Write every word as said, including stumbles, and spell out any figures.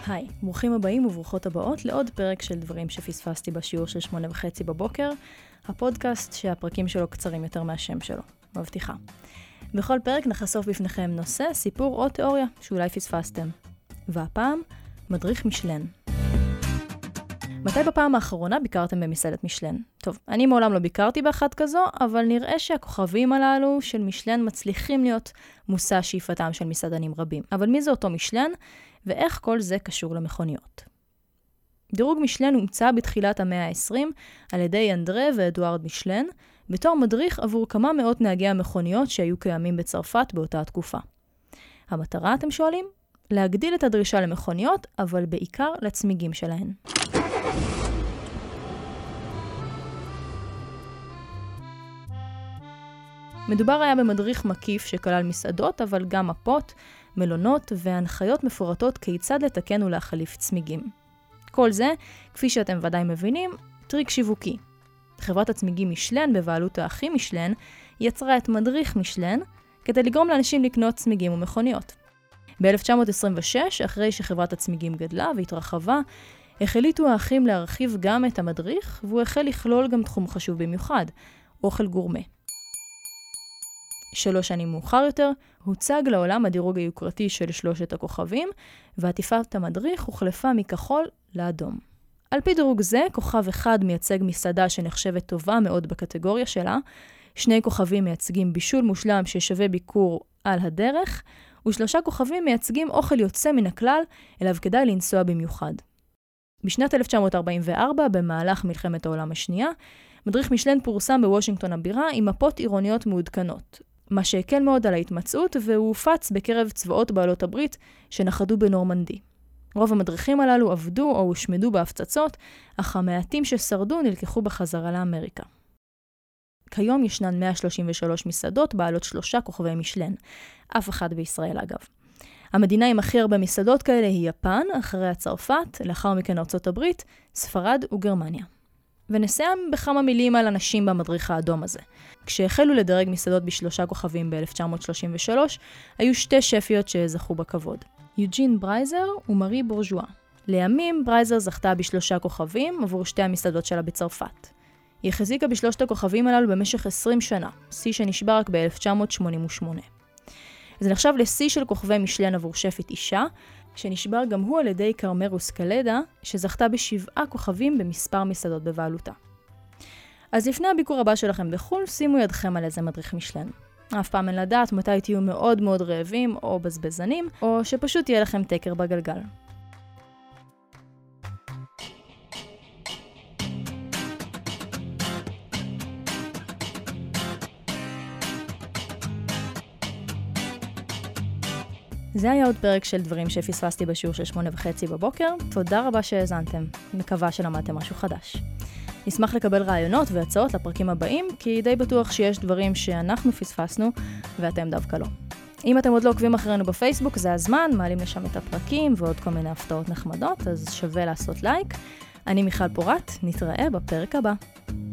היי, ברוכים הבאים וברוכות הבאות לעוד פרק של דברים שפספסתי בשיעור של שמונה וחצי בבוקר, הפודקאסט שהפרקים שלו קצרים יותר מהשם שלו, מבטיחה. בכל פרק נחשוף בפניכם נושא, סיפור או תיאוריה שאולי פספסתם. והפעם, מדריך משלן. מתי בפעם האחרונה ביקרתם במסעדת משלן? טוב, אני מעולם לא ביקרתי באחת כזו, אבל נראה שהכוכבים הללו של משלן מצליחים להיות מושא שאיפתם של מסעדנים רבים. אבל מי זה אותו משלן, ואיך כל זה קשור למכוניות? דירוג משלן הומצא בתחילת המאה ה-עשרים על ידי אנדרה ואדוארד משלן, בתור מדריך עבור כמה מאות נהגי המכוניות שהיו קיימים בצרפת באותה התקופה. המטרה, אתם שואלים? להגדיל את הדרישה למכוניות, אבל בעיקר לצמיגים שלהן. מדובר היה במדריך מקיף שכלל מסעדות, אבל גם מפות, מלונות והנחיות מפורטות כיצד לתקן ולהחליף צמיגים. כל זה, כפי שאתם ודאי מבינים, טריק שיווקי. חברת הצמיגים משלן בבעלות האחים משלן יצרה את מדריך משלן כדי לגרום לאנשים לקנות צמיגים ומכוניות. ב-אלף תשע מאות עשרים ושש, אחרי שחברת הצמיגים גדלה והתרחבה, החליטו האחים להרחיב גם את המדריך, והוא החל לכלול גם תחום חשוב במיוחד, אוכל גורמה. שלוש שנים מאוחר יותר, הוצג לעולם הדירוג היוקרתי של שלושת הכוכבים, ועטיפת המדריך הוחלפה מכחול לאדום. על פי דירוג זה, כוכב אחד מייצג מסעדה שנחשבת טובה מאוד בקטגוריה שלה, שני כוכבים מייצגים בישול מושלם ששווה ביקור על הדרך, ושלושה כוכבים מייצגים אוכל יוצא מן הכלל, אליו כדאי לנסוע במיוחד. בשנת אלף תשע מאות ארבעים וארבע, במהלך מלחמת העולם השנייה, מדריך משלן פורסם בוושינגטון הבירה עם מפות עירוניות מעודכנות, מה שהקל מאוד על ההתמצאות והוא הופץ בקרב צבאות בעלות הברית שנחדו בנורמנדי. רוב המדריכים הללו עבדו או הושמדו בהפצצות, אך המעטים ששרדו נלקחו בחזרה לאמריקה. כיום ישנן מאה שלושים ושלוש מסעדות בעלות שלושה כוכבי משלן, אף אחד בישראל אגב. המדינה עם הכי הרבה מסעדות כאלה היא יפן, אחריה צרפת, לאחר מכן ארצות הברית, ספרד וגרמניה. ונסיים בכמה מילים על אנשים במדריך האדום הזה. כשהחלו לדרג מסעדות בשלושה כוכבים ב-אלף תשע מאות שלושים ושלוש, היו שתי שפיות שזכו בכבוד. יוג'ין ברייזר ומרי בורז'ואה. לימים ברייזר זכתה בשלושה כוכבים עבור שתי המסעדות שלה בצרפת. היא החזיקה בשלושת הכוכבים הללו במשך עשרים שנה, שיא שנשבר רק ב-אלף תשע מאות שמונים ושמונה. זה נחשב לשיא של כוכבי משלן עבור שפית אישה, שנשבר גם הוא על ידי קרמרוס קלדה, שזכתה בשבעה כוכבים במספר מסעדות בבעלותה. אז לפני הביקור הבא שלכם בחול, שימו ידכם על איזה מדריך משלן. אף פעם אין לדעת מתי תהיו מאוד מאוד רעבים או בזבזנים, או שפשוט יהיה לכם תקר בגלגל. זה היה עוד פרק של דברים שפספסתי בשיעור של שמונה וחצי בבוקר. תודה רבה שהאזנתם. מקווה שלמדתם משהו חדש. נשמח לקבל רעיונות והצעות לפרקים הבאים, כי די בטוח שיש דברים שאנחנו פספסנו ואתם דווקא לא. אם אתם עוד לא עוקבים אחרינו בפייסבוק, זה הזמן, מעלים לשם את הפרקים ועוד כל מיני הפתעות נחמדות, אז שווה לעשות לייק. אני מיכל פורט, נתראה בפרק הבא.